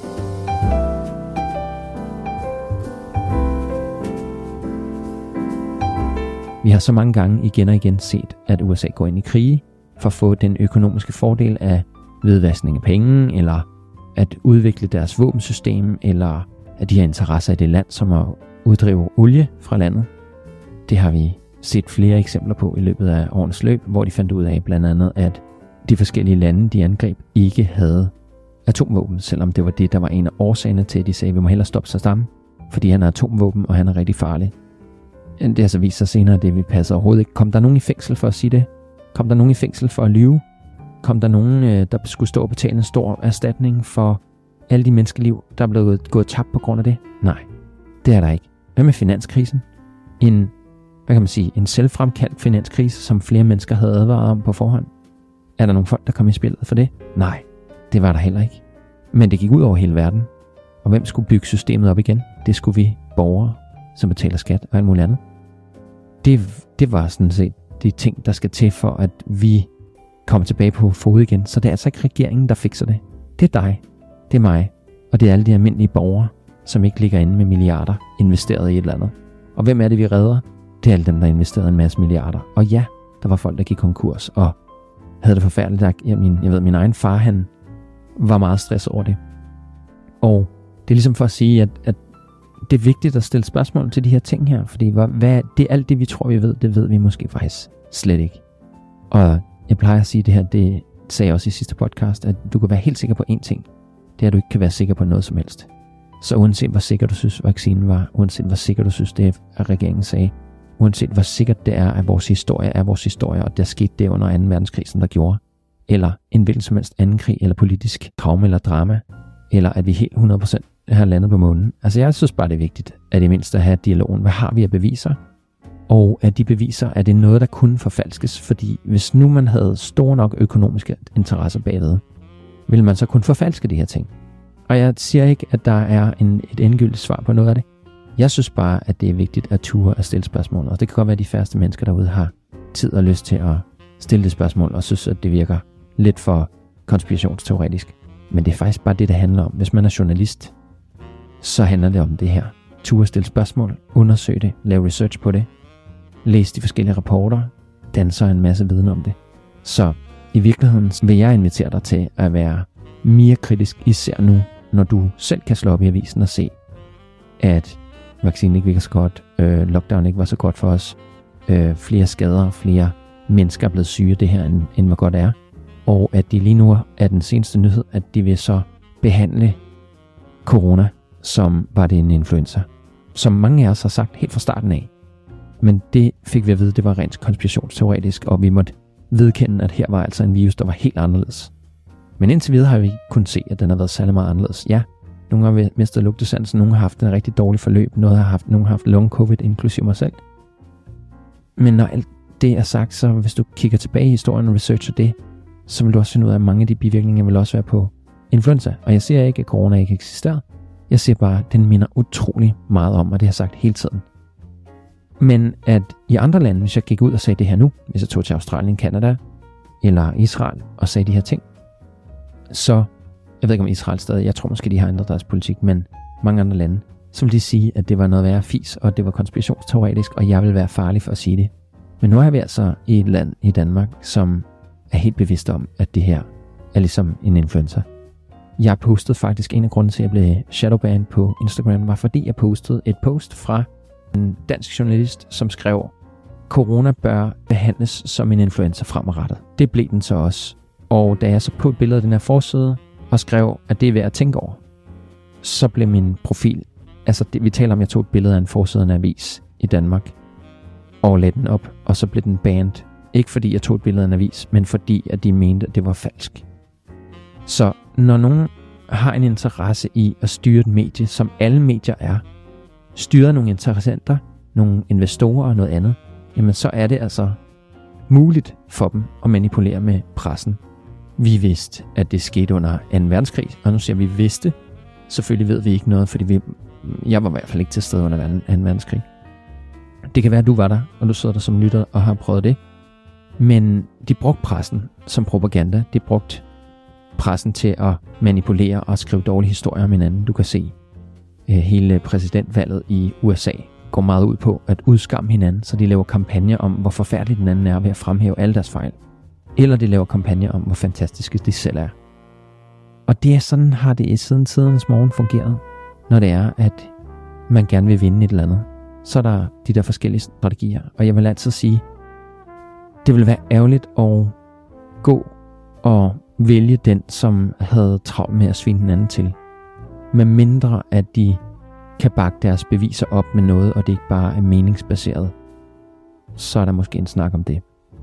Speaker 1: Vi har så mange gange igen og igen set, at U S A går ind i krige for at få den økonomiske fordel af hvidvaskning af penge, eller at udvikle deres våbensystem, eller at de har interesser i det land, som at uddrive olie fra landet. Det har vi set flere eksempler på i løbet af årens løb, hvor de fandt ud af blandt andet, at de forskellige lande, de angreb, ikke havde atomvåben, selvom det var det, der var en af årsagerne til, at de sagde, at vi må hellere stoppe Saddam, fordi han har atomvåben, og han er rigtig farlig. Det har så vist sig senere, at det vi passer overhovedet ikke. Kom der nogen i fængsel for at sige det? Kom der nogen i fængsel for at lyve? Kom der nogen, der skulle stå og betale en stor erstatning for alle de menneskeliv, der er blevet gået tabt på grund af det? Nej, det er der ikke. Hvad med finanskrisen? En, hvad kan man sige, en selvfremkaldt finanskrise, som flere mennesker havde advaret om på forhånd. Er der nogle folk, der kom i spillet for det? Nej, det var der heller ikke. Men det gik ud over hele verden. Og hvem skulle bygge systemet op igen? Det skulle vi borgere, som betaler skat og alt muligt andet. Det, det var sådan set de ting, der skal til for, at vi kommer tilbage på fod igen. Så det er altså ikke regeringen, der fikser det. Det er dig. Det er mig. Og det er alle de almindelige borgere, som ikke ligger inde med milliarder investeret i et eller andet. Og hvem er det, vi redder? Det er alle dem, der investerede en masse milliarder. Og ja, der var folk, der gik konkurs og havde det forfærdeligt. Jeg, min, jeg ved, min egen far, han var meget stresset over det. Og det er ligesom for at sige, at, at det er vigtigt at stille spørgsmål til de her ting her. Fordi hvad, hvad, det er alt det, vi tror, vi ved, det ved vi måske faktisk slet ikke. Og jeg plejer at sige det her, det sagde jeg også i sidste podcast, at du kan være helt sikker på én ting. Det er, at du ikke kan være sikker på noget som helst. Så uanset hvor sikker du synes vaccinen var, uanset hvor sikker du synes det, at regeringen sagde, uanset hvor sikkert det er, at vores historie er vores historie, og der skete det under anden verdenskrig, som der gjorde, eller en hvilken som helst anden krig, eller politisk traume eller drama, eller at vi helt hundrede procent har landet på månen. Altså jeg synes bare, det er vigtigt, at i mindst at have dialogen. Hvad har vi af beviser? Og at de beviser, at det er noget, der kunne forfalskes, fordi hvis nu man havde store nok økonomiske interesser bagved, ville man så kunne forfalske de her ting. Og jeg siger ikke, at der er en, et endegyldigt svar på noget af det. Jeg synes bare, at det er vigtigt at ture at stille spørgsmål. Og det kan godt være, at de færreste mennesker derude har tid og lyst til at stille det spørgsmål, og synes, at det virker lidt for konspirationsteoretisk. Men det er faktisk bare det, det handler om. Hvis man er journalist, så handler det om det her. Turde stille spørgsmål, undersøge det, lave research på det, læse de forskellige rapporter, danser en masse viden om det. Så i virkeligheden vil jeg invitere dig til at være mere kritisk, især nu, når du selv kan slå op i avisen og se, at vaccinen ikke virker så godt, øh, lockdown ikke var så godt for os, øh, flere skader, flere mennesker er blevet syge af det her, end, end hvor godt er, og at de lige nu er den seneste nyhed, at de vil så behandle corona, som var det en influenza, som mange af os har sagt helt fra starten af. Men det fik vi at vide, det var rent konspirationsteoretisk, og vi måtte vedkende, at her var altså en virus, der var helt anderledes. Men indtil videre har vi ikke kunnet se, at den har været særlig meget anderledes. Ja, nogle har mistet lugtesansen, nogle har haft en rigtig dårlig forløb, nogle har haft, nogle har haft long covid, inklusive mig selv. Men når alt det er sagt, så hvis du kigger tilbage i historien og researcher det, så vil du også finde ud af, at mange af de bivirkninger vil også være på influenza. Og jeg siger ikke, at corona ikke eksisterer. Jeg siger bare, at den minder utrolig meget om, og det har jeg sagt hele tiden. Men at i andre lande, hvis jeg gik ud og sagde det her nu, hvis jeg tog til Australien, Canada eller Israel og sagde de her ting, så, jeg ved ikke om Israel stadig, jeg tror måske de har ændret deres politik, men mange andre lande, så vil de sige, at det var noget værre fis, og at det var konspirationsteoretisk, og jeg vil være farlig for at sige det. Men nu er vi altså i et land i Danmark, som er helt bevidst om, at det her er ligesom en influenza. Jeg postede faktisk, en af grunden til, at jeg blev shadowbanned på Instagram, var fordi jeg postede et post fra en dansk journalist, som skrev, corona bør behandles som en influenza fremadrettet. Det blev den så også. Og da jeg så på et billede af den her forside og skrev, at det er værd at tænke over, så blev min profil, altså det, vi taler om, jeg tog et billede af en forside af en avis i Danmark, og lagde den op, og så blev den banned. Ikke fordi jeg tog et billede af en avis, men fordi at de mente, at det var falsk. Så når nogen har en interesse i at styre et medie, som alle medier er, styre nogle interessenter, nogle investorer og noget andet, jamen så er det altså muligt for dem at manipulere med pressen. Vi vidste, at det skete under anden verdenskrig, og nu siger vi, vi vidste. Selvfølgelig ved vi ikke noget, fordi vi, jeg var i hvert fald ikke til stede under anden verdenskrig. Det kan være, at du var der, og du sidder der som lytter og har prøvet det. Men de brugte pressen som propaganda. De brugte pressen til at manipulere og skrive dårlige historier om hinanden. Du kan se, hele præsidentvalget i U S A går meget ud på at udskamme hinanden, så de laver kampagner om, hvor forfærdelig den anden er ved at fremhæve alle deres fejl. Eller de laver kampagner om, hvor fantastiske de selv er. Og det er sådan, har det i siden tidernes morgen fungeret, når det er, at man gerne vil vinde et eller andet. Så er der de der forskellige strategier. Og jeg vil altid sige, det vil være ærgerligt at gå og vælge den, som havde travlt med at svine den anden til. Med mindre at de kan bakke deres beviser op med noget, og det ikke bare er meningsbaseret. Så er der måske en snak om det.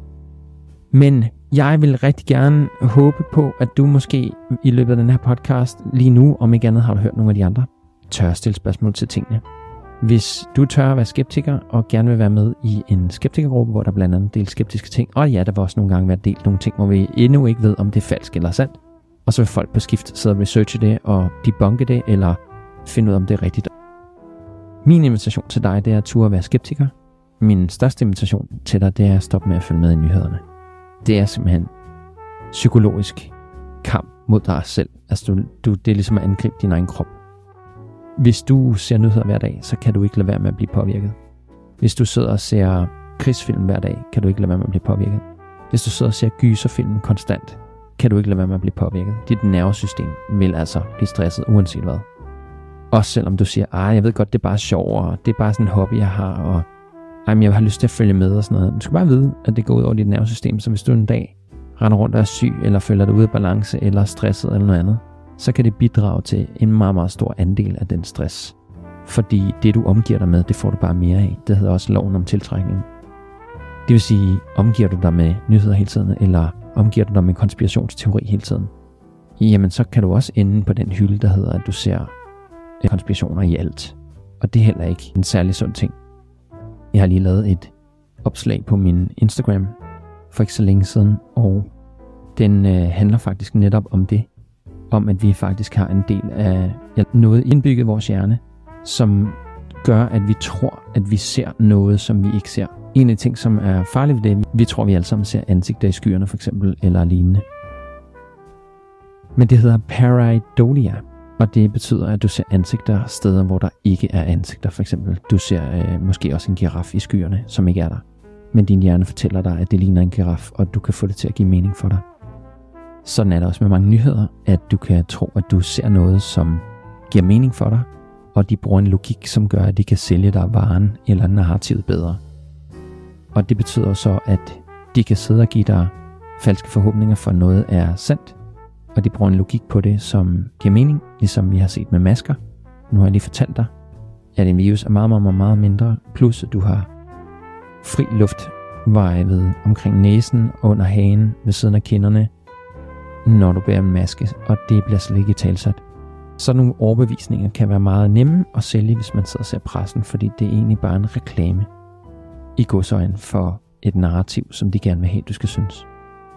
Speaker 1: Men jeg vil rigtig gerne håbe på, at du måske i løbet af den her podcast, lige nu, om ikke andet har du hørt nogle af de andre, tør stille spørgsmål til tingene. Hvis du tør at være skeptiker og gerne vil være med i en skeptikergruppe, hvor der blandt andet deles skeptiske ting, og ja, der vil også nogle gange være delt nogle ting, hvor vi endnu ikke ved, om det er falsk eller sandt, og så vil folk på skift sidde og researche det og debunke det, eller finde ud af, om det er rigtigt. Min invitation til dig, det er at turde være skeptiker. Min største invitation til dig, det er at stoppe med at følge med i nyhederne. Det er simpelthen psykologisk kamp mod dig selv. Altså, du, du, det er ligesom at angribe din egen krop. Hvis du ser nyheder hver dag, så kan du ikke lade være med at blive påvirket. Hvis du sidder og ser krigsfilm hver dag, kan du ikke lade være med at blive påvirket. Hvis du sidder og ser gyserfilm konstant, kan du ikke lade være med at blive påvirket. Dit nervesystem vil altså blive stresset, uanset hvad. Også selvom du siger, ah, jeg ved godt, det er bare sjov, og det er bare sådan en hobby, jeg har, og ej, men jeg har lyst til at følge med og sådan noget. Du skal bare vide, at det går ud over dit nervesystem, så hvis du en dag render rundt og er syg, eller føler dig ude af balance, eller er stresset eller noget andet, så kan det bidrage til en meget, meget stor andel af den stress. Fordi det, du omgiver dig med, det får du bare mere af. Det hedder også loven om tiltrækning. Det vil sige, omgiver du dig med nyheder hele tiden, eller omgiver du dig med konspirationsteori hele tiden, jamen så kan du også ende på den hylde, der hedder, at du ser konspirationer i alt. Og det er heller ikke en særlig sund ting. Jeg har lige lavet et opslag på min Instagram for ikke så længe siden, og den øh, handler faktisk netop om det. Om at vi faktisk har en del af ja, noget indbygget i vores hjerne, som gør, at vi tror, at vi ser noget, som vi ikke ser. En af de ting, som er farligt ved det, vi tror, vi alle sammen ser ansigter i skyerne for eksempel, eller lignende. Men det hedder pareidolia, Og det betyder, at du ser ansigter steder, hvor der ikke er ansigter. For eksempel, du ser øh, måske også en giraf i skyerne, som ikke er der. Men din hjerne fortæller dig, at det ligner en giraf, og du kan få det til at give mening for dig. Sådan er det også med mange nyheder, at du kan tro, at du ser noget, som giver mening for dig, og de bruger en logik, som gør, at de kan sælge dig varen eller narrativet bedre. Og det betyder så, at de kan sidde og give dig falske forhåbninger for, noget er sandt, og de bruger en logik på det, som giver mening, ligesom vi har set med masker. Nu har jeg lige fortalt dig, at en virus er meget, meget, meget, meget mindre, plus at du har fri luftvej ved omkring næsen, under hagen, ved siden af kinderne, når du bærer en maske, og det bliver slet ikke talsat. Sådan nogle overbevisninger kan være meget nemme at sælge, hvis man sidder og ser pressen, fordi det er egentlig bare en reklame i godsøjne for et narrativ, som de gerne vil have, du skal synes.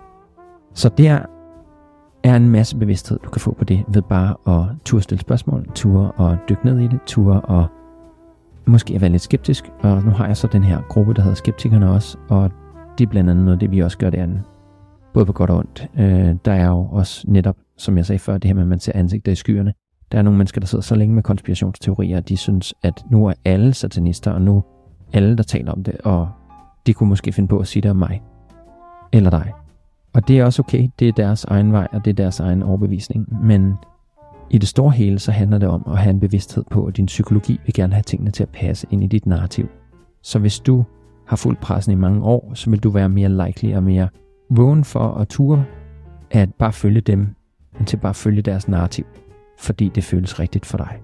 Speaker 1: Så der er en masse bevidsthed, du kan få på det, ved bare at turde stille spørgsmål, turde og dykke ned i det, turde og måske at være lidt skeptisk. Og nu har jeg så den her gruppe, der hedder Skeptikerne også, og det er blandt andet noget, det vi også gør derinde. Både på godt og ondt. Øh, der er jo også netop, som jeg sagde før, det her med, at man ser ansigter i skyerne. Der er nogle mennesker, der sidder så længe med konspirationsteorier, at de synes, at nu er alle satanister, og nu alle, der taler om det, og de kunne måske finde på at sige det om mig. Eller dig. Og det er også okay, det er deres egen vej, og det er deres egen overbevisning. Men i det store hele, så handler det om at have en bevidsthed på, at din psykologi vil gerne have tingene til at passe ind i dit narrativ. Så hvis du har fulgt pressen i mange år, så vil du være mere likely og mere vågen for at ture at bare følge dem, men til bare følge deres narrativ, fordi det føles rigtigt for dig.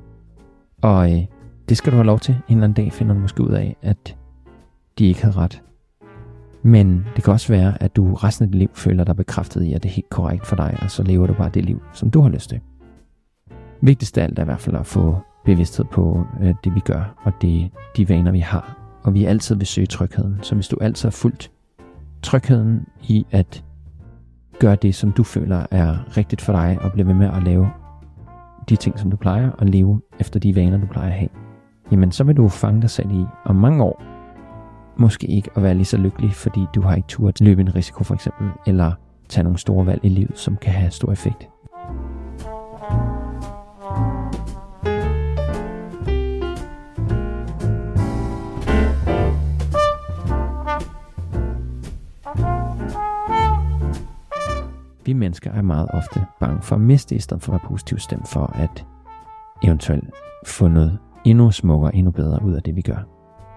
Speaker 1: Og øh, det skal du have lov til. En eller anden dag finder du måske ud af, at de ikke havde ret. Men det kan også være, at du resten af dit liv føler dig bekræftet i, at det er helt korrekt for dig, og så lever du bare det liv, som du har lyst til. Vigtigst af alt er i hvert fald at få bevidsthed på øh, det, vi gør, og det, de vaner, vi har. Og vi altid vil søge trygheden. Så hvis du altid har fulgt trygheden i at gøre det, som du føler er rigtigt for dig, og blive ved med at lave de ting, som du plejer, og leve efter de vaner, du plejer at have, jamen så vil du fange dig selv i om mange år, måske ikke at være lige så lykkelig, fordi du har ikke turt løbe en risiko for eksempel, eller tage nogle store valg i livet, som kan have stor effekt. Vi mennesker er meget ofte bange for at miste, i stedet for at være positivt stemt for at eventuelt få noget endnu smukkere, endnu bedre ud af det, vi gør.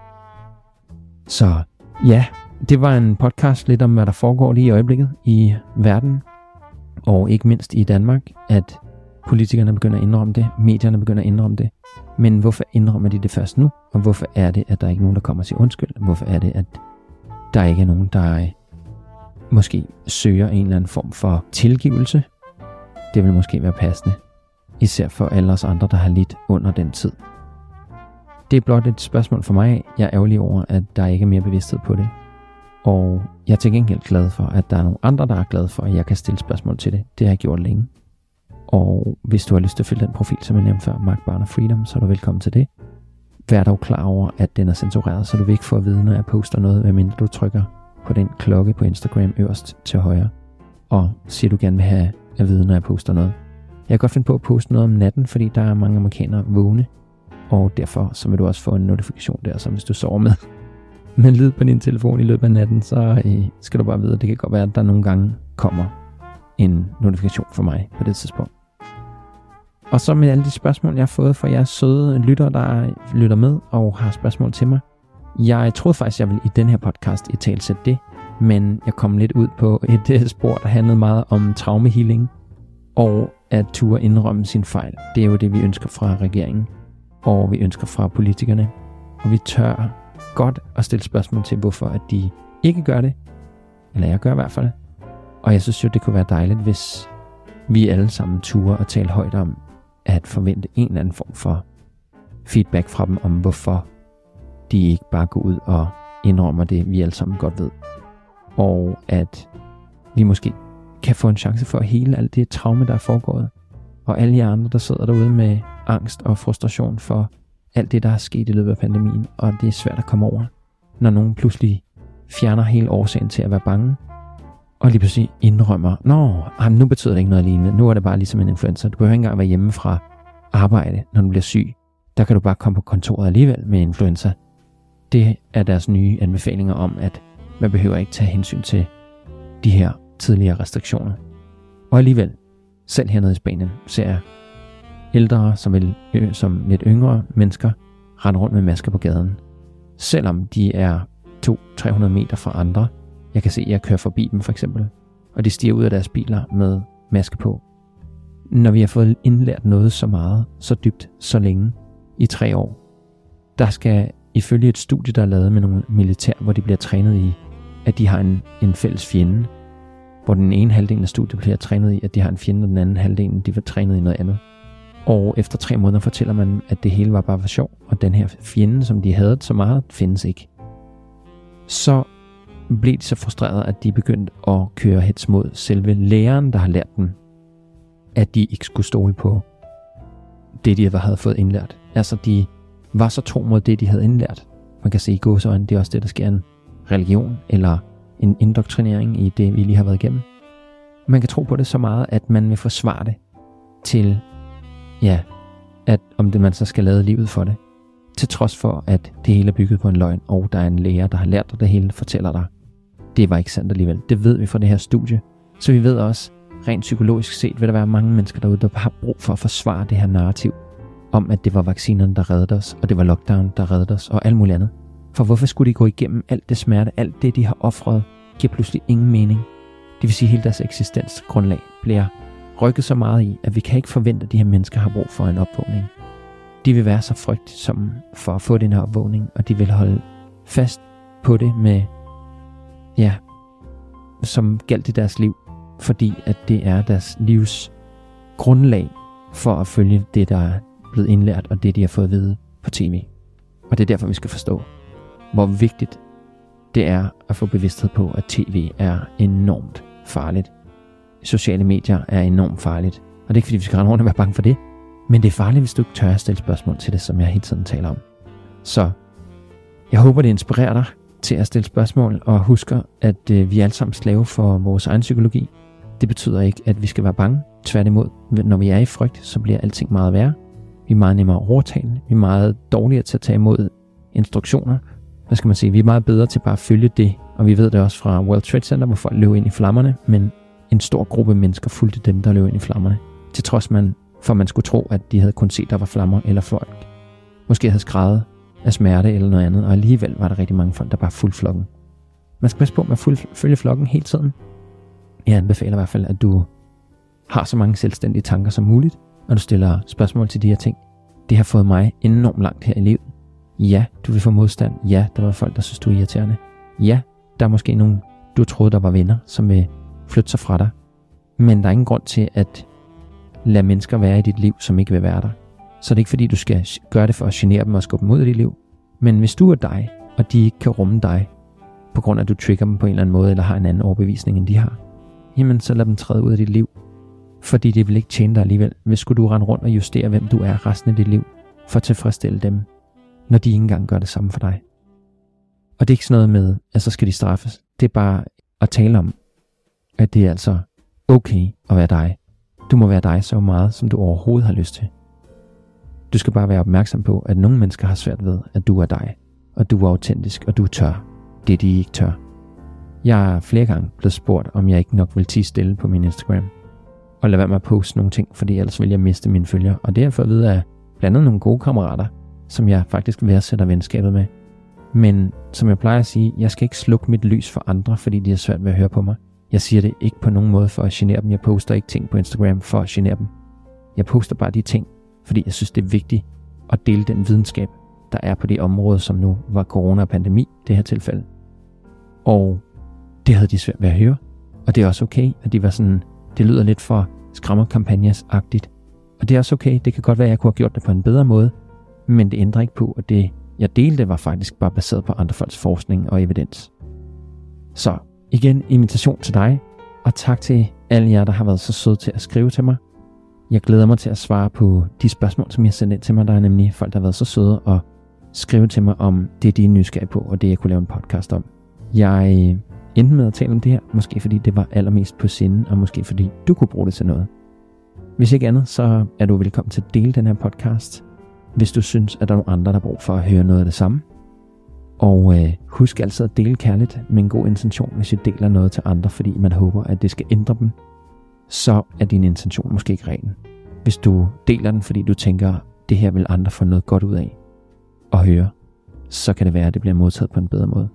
Speaker 1: Så ja, det var en podcast lidt om, hvad der foregår lige i øjeblikket i verden, og ikke mindst i Danmark, at politikerne begynder at indrømme det, medierne begynder at indrømme det. Men hvorfor indrømmer de det først nu? Og hvorfor er det, at der ikke er nogen, der kommer og siger undskyld? Hvorfor er det, at der ikke er nogen, der måske søger en eller anden form for tilgivelse? Det vil måske være passende, især for alle os andre, der har lidt under den tid. Det er blot et spørgsmål for mig. Jeg er ærgerlig over, at der ikke er mere bevidsthed på det. Og jeg er til gengæld glad for, at der er nogle andre, der er glade for, at jeg kan stille spørgsmål til det. Det har jeg gjort længe. Og hvis du har lyst til at følge den profil, som jeg nævnte før, Mark Barner Freedom, så er du velkommen til det. Vær dog klar over, at den er censureret, så du vil ikke få at vide, når jeg poster noget, medmindre du trykker på den klokke på Instagram øverst til højre, og siger, du gerne vil have at vide, når jeg poster noget. Jeg kan godt finde på at poste noget om natten, fordi der er mange amerikanere vågne, og derfor så vil du også få en notifikation der, så hvis du sover med, med lyd på din telefon i løbet af natten, så øh, skal du bare vide, at det kan godt være, at der nogle gange kommer en notifikation for mig på det tidspunkt. Og så med alle de spørgsmål, jeg har fået fra jeres søde lyttere, der lytter med og har spørgsmål til mig. Jeg troede faktisk, jeg ville i den her podcast i talsætte det, men jeg kom lidt ud på et spor, der handlede meget om traumehealing og at turde indrømme sin fejl. Det er jo det, vi ønsker fra regeringen, og vi ønsker fra politikerne. Og vi tør godt at stille spørgsmål til, hvorfor at de ikke gør det. Eller jeg gør i hvert fald. Og jeg synes jo, det kunne være dejligt, hvis vi alle sammen turde at tale højt om at forvente en eller anden form for feedback fra dem om, hvorfor de ikke bare går ud og indrømmer det, vi alle sammen godt ved. Og at vi måske kan få en chance for at hele alt det traume, der er foregået. Og alle jer andre, der sidder derude med angst og frustration for alt det, der er sket i løbet af pandemien. Og det er svært at komme over, når nogen pludselig fjerner hele årsagen til at være bange. Og lige pludselig indrømmer, nå, nu betyder det ikke noget alene. Nu er det bare ligesom en influencer. Du behøver ikke engang være hjemme fra arbejde, når du bliver syg. Der kan du bare komme på kontoret alligevel med influenza. Det er deres nye anbefalinger om, at man behøver ikke tage hensyn til de her tidligere restriktioner. Og alligevel, selv hernede i Spanien, ser jeg ældre som, vel, øh, som lidt yngre mennesker rende rundt med masker på gaden. Selvom de er to til tre hundrede meter fra andre. Jeg kan se, at jeg kører forbi dem for eksempel, og de stiger ud af deres biler med maske på. Når vi har fået indlært noget så meget, så dybt, så længe, i tre år, der skal ifølge et studie, der er lavet med nogle militær, hvor de bliver trænet i, at de har en, en fælles fjende, hvor den ene halvdel af studiet bliver trænet i, at de har en fjende, og den anden halvdel, de bliver trænet i noget andet. Og efter tre måneder fortæller man, at det hele var bare for sjov, og den her fjende, som de havde så meget, findes ikke. Så blev de så frustrerede, at de begyndte at køre hets mod selve læreren, der har lært dem, at de ikke skulle stole på det, de havde fået indlært. Altså, de var så tro mod det, de havde indlært. Man kan se i gåseøjne, det er også det, der sker en religion, eller en indoktrinering i det, vi lige har været igennem. Man kan tro på det så meget, at man vil forsvare det til, ja, at om det man så skal lade livet for det. Til trods for, at det hele er bygget på en løgn, og der er en lærer, der har lært dig det hele, fortæller dig, det var ikke sandt alligevel. Det ved vi fra det her studie. Så vi ved også, rent psykologisk set, vil der være mange mennesker derude, der har brug for at forsvare det her narrativ, om at det var vaccinerne, der reddede os, og det var lockdown, der reddede os, og alt muligt andet. For hvorfor skulle de gå igennem alt det smerte, alt det, de har ofret, giver pludselig ingen mening. Det vil sige, at hele deres eksistensgrundlag bliver rykket så meget i, at vi kan ikke forvente, at de her mennesker har brug for en opvågning. De vil være så frygtsomme for at få den her opvågning, og de vil holde fast på det med, ja, som galt i deres liv, fordi at det er deres livs grundlag for at følge det, der er blevet indlært, og det, de har fået at vide på tv. Og det er derfor, vi skal forstå, hvor vigtigt det er at få bevidsthed på, at tv er enormt farligt. Sociale medier er enormt farligt. Og det er ikke, fordi vi skal rende rundt og være bange for det. Men det er farligt, hvis du ikke tør at stille spørgsmål til det, som jeg hele tiden taler om. Så jeg håber, det inspirerer dig til at stille spørgsmål, og husker, at øh, vi er alle sammen slave for vores egen psykologi. Det betyder ikke, at vi skal være bange. Tværtimod, når vi er i frygt, så bliver alting meget værre. Vi er meget nemmere at overtale. Vi er meget dårligere til at tage imod instruktioner. Hvad skal man sige? Vi er meget bedre til bare at følge det. Og vi ved det også fra World Trade Center, hvor folk løb ind i flammerne. Men en stor gruppe mennesker fulgte dem, der løb ind i flammerne. Til trods man, for man skulle tro, at de havde kun set, der var flammer, eller folk måske havde skrædet af smerte eller noget andet. Og alligevel var der rigtig mange folk, der bare fulgte flokken. Man skal passe på med at følge flokken hele tiden. Jeg anbefaler i hvert fald, at du har så mange selvstændige tanker som muligt, og du stiller spørgsmål til de her ting. Det har fået mig enormt langt her i livet. Ja, du vil få modstand. Ja, der var folk, der synes, du er irriterende. Ja, der er måske nogen, du troede, der var venner, som vil flytte sig fra dig. Men der er ingen grund til at lade mennesker være i dit liv, som ikke vil være der. Så det er ikke fordi, du skal gøre det for at genere dem og skubbe dem ud af dit liv. Men hvis du er dig, og de ikke kan rumme dig, på grund af at du trigger dem på en eller anden måde, eller har en anden overbevisning, end de har, jamen så lad dem træde ud af dit liv. Fordi det vil ikke tjene dig alligevel, hvis skulle du rende rundt og justere, hvem du er resten af dit liv, for at tilfredsstille dem, når de ikke engang gør det samme for dig. Og det er ikke sådan noget med, at så skal de straffes. Det er bare at tale om, at det er altså okay at være dig. Du må være dig så meget, som du overhovedet har lyst til. Du skal bare være opmærksom på, at nogle mennesker har svært ved, at du er dig, og du er autentisk, og du tør det, de ikke tør. Jeg er flere gange blevet spurgt, om jeg ikke nok vil tie stille på min Instagram, og lade være med at poste nogle ting, fordi ellers vil jeg miste mine følgere. Og det er jeg for at vide af blandt andet nogle gode kammerater, som jeg faktisk værdsætter venskabet med. Men som jeg plejer at sige, jeg skal ikke slukke mit lys for andre, fordi de er svært ved at høre på mig. Jeg siger det ikke på nogen måde for at genere dem. Jeg poster ikke ting på Instagram for at genere dem. Jeg poster bare de ting, fordi jeg synes, det er vigtigt at dele den videnskab, der er på det område, som nu var corona og pandemi, det her tilfælde. Og det havde de svært ved at høre. Og det er også okay, at de var sådan, det lyder lidt for skræmmerkampagnes-agtigt. Og det er også okay, det kan godt være, at jeg kunne have gjort det på en bedre måde, men det ændrer ikke på, at det, jeg delte, var faktisk bare baseret på andre folks forskning og evidens. Så igen, invitation til dig, og tak til alle jer, der har været så søde til at skrive til mig. Jeg glæder mig til at svare på de spørgsmål, som I har sendt ind til mig. Der er nemlig folk, der har været så søde og skrive til mig om det, de er nysgerrige på, og det, jeg kunne lave en podcast om. Jeg endte med at tale om det her, måske fordi det var allermest på sinde, og måske fordi du kunne bruge det til noget. Hvis ikke andet, så er du velkommen til at dele den her podcast, hvis du synes, at der er nogle andre, der har brug for at høre noget af det samme. Og øh, husk altid at dele kærligt med en god intention, hvis I deler noget til andre, fordi man håber, at det skal ændre dem, så er din intention måske ikke ren. Hvis du deler den, fordi du tænker, det her vil andre få noget godt ud af at høre, så kan det være, at det bliver modtaget på en bedre måde.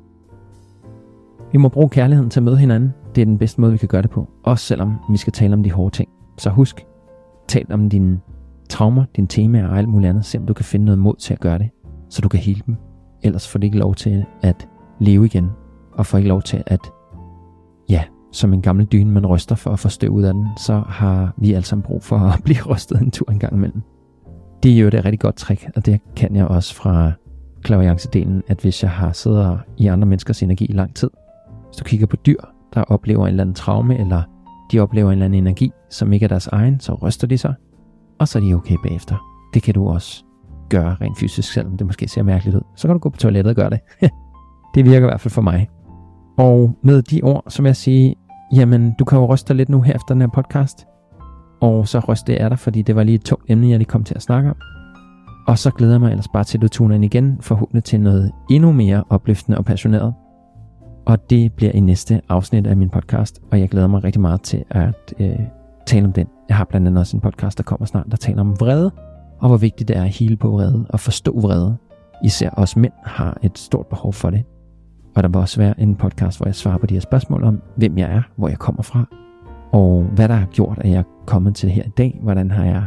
Speaker 1: Vi må bruge kærligheden til at møde hinanden. Det er den bedste måde, vi kan gøre det på. Også selvom vi skal tale om de hårde ting. Så husk, tal om dine traumer, dine temaer og alt muligt andet. Se om du kan finde noget mod til at gøre det, så du kan hele dem. Ellers får du ikke lov til at leve igen. Og får ikke lov til at, ja, som en gammel dyne, man ryster for at få støv ud af den, så har vi alle sammen brug for at blive rystet en tur en gang imellem. Det er jo et rigtig godt trick, og det kan jeg også fra clairvoyance-delen, at hvis jeg har siddet i andre menneskers energi i lang tid, hvis du kigger på dyr, der oplever en eller anden traume, eller de oplever en eller anden energi, som ikke er deres egen, så ryster de sig, og så er de okay bagefter. Det kan du også gøre rent fysisk, selvom det måske ser mærkeligt ud. Så kan du gå på toilettet og gøre det. Det virker i hvert fald for mig. Og med de ord, så vil jeg sige, jamen, du kan jo ryste lidt nu her efter den her podcast, og så ryste er der, fordi det var lige et tungt emne, jeg lige kom til at snakke om. Og så glæder jeg mig ellers bare til, at du tuner ind igen, forhåbentlig til noget endnu mere opløftende og passioneret. Og det bliver i næste afsnit af min podcast, og jeg glæder mig rigtig meget til at øh, tale om den. Jeg har blandt andet også en podcast, der kommer snart, der taler om vrede, og hvor vigtigt det er at hele på vrede og forstå vrede. Især os mænd har et stort behov for det. Og der vil også være en podcast, hvor jeg svarer på de her spørgsmål om, hvem jeg er, hvor jeg kommer fra, og hvad der har gjort, at jeg er kommet til det her i dag. Hvordan har jeg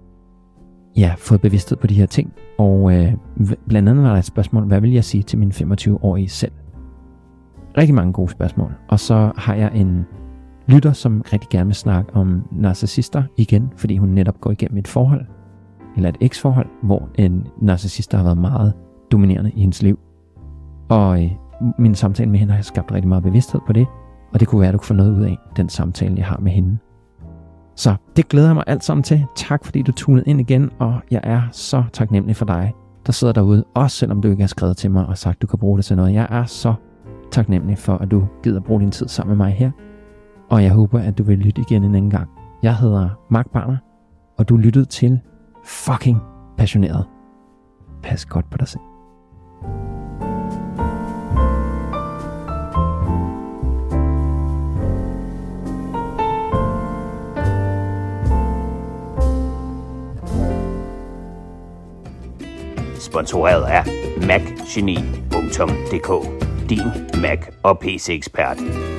Speaker 1: ja, fået bevidsthed på de her ting. Og øh, blandt andet var der et spørgsmål, hvad vil jeg sige til min femogtyve-årige selv? Rigtig mange gode spørgsmål. Og så har jeg en lytter, som rigtig gerne vil snakke om narcissister igen, fordi hun netop går igennem et forhold, eller et eksforhold, hvor en narcissist har været meget dominerende i hendes liv. Og øh, min samtale med hende har skabt rigtig meget bevidsthed på det, og det kunne være, at du kunne få noget ud af den samtale, jeg har med hende. Så det glæder jeg mig alt sammen til. Tak fordi du tunede ind igen, og jeg er så taknemmelig for dig, der sidder derude, også selvom du ikke har skrevet til mig og sagt, at du kan bruge det til noget. Jeg er så taknemmelig for, at du gider bruge din tid sammen med mig her, og jeg håber, at du vil lytte igen en anden gang. Jeg hedder Mark Barner, og du lyttede til Fucking Passioneret. Pas godt på dig selv.
Speaker 2: Sponsoreret af mac geni punktum d k. Din Mac og P C ekspert.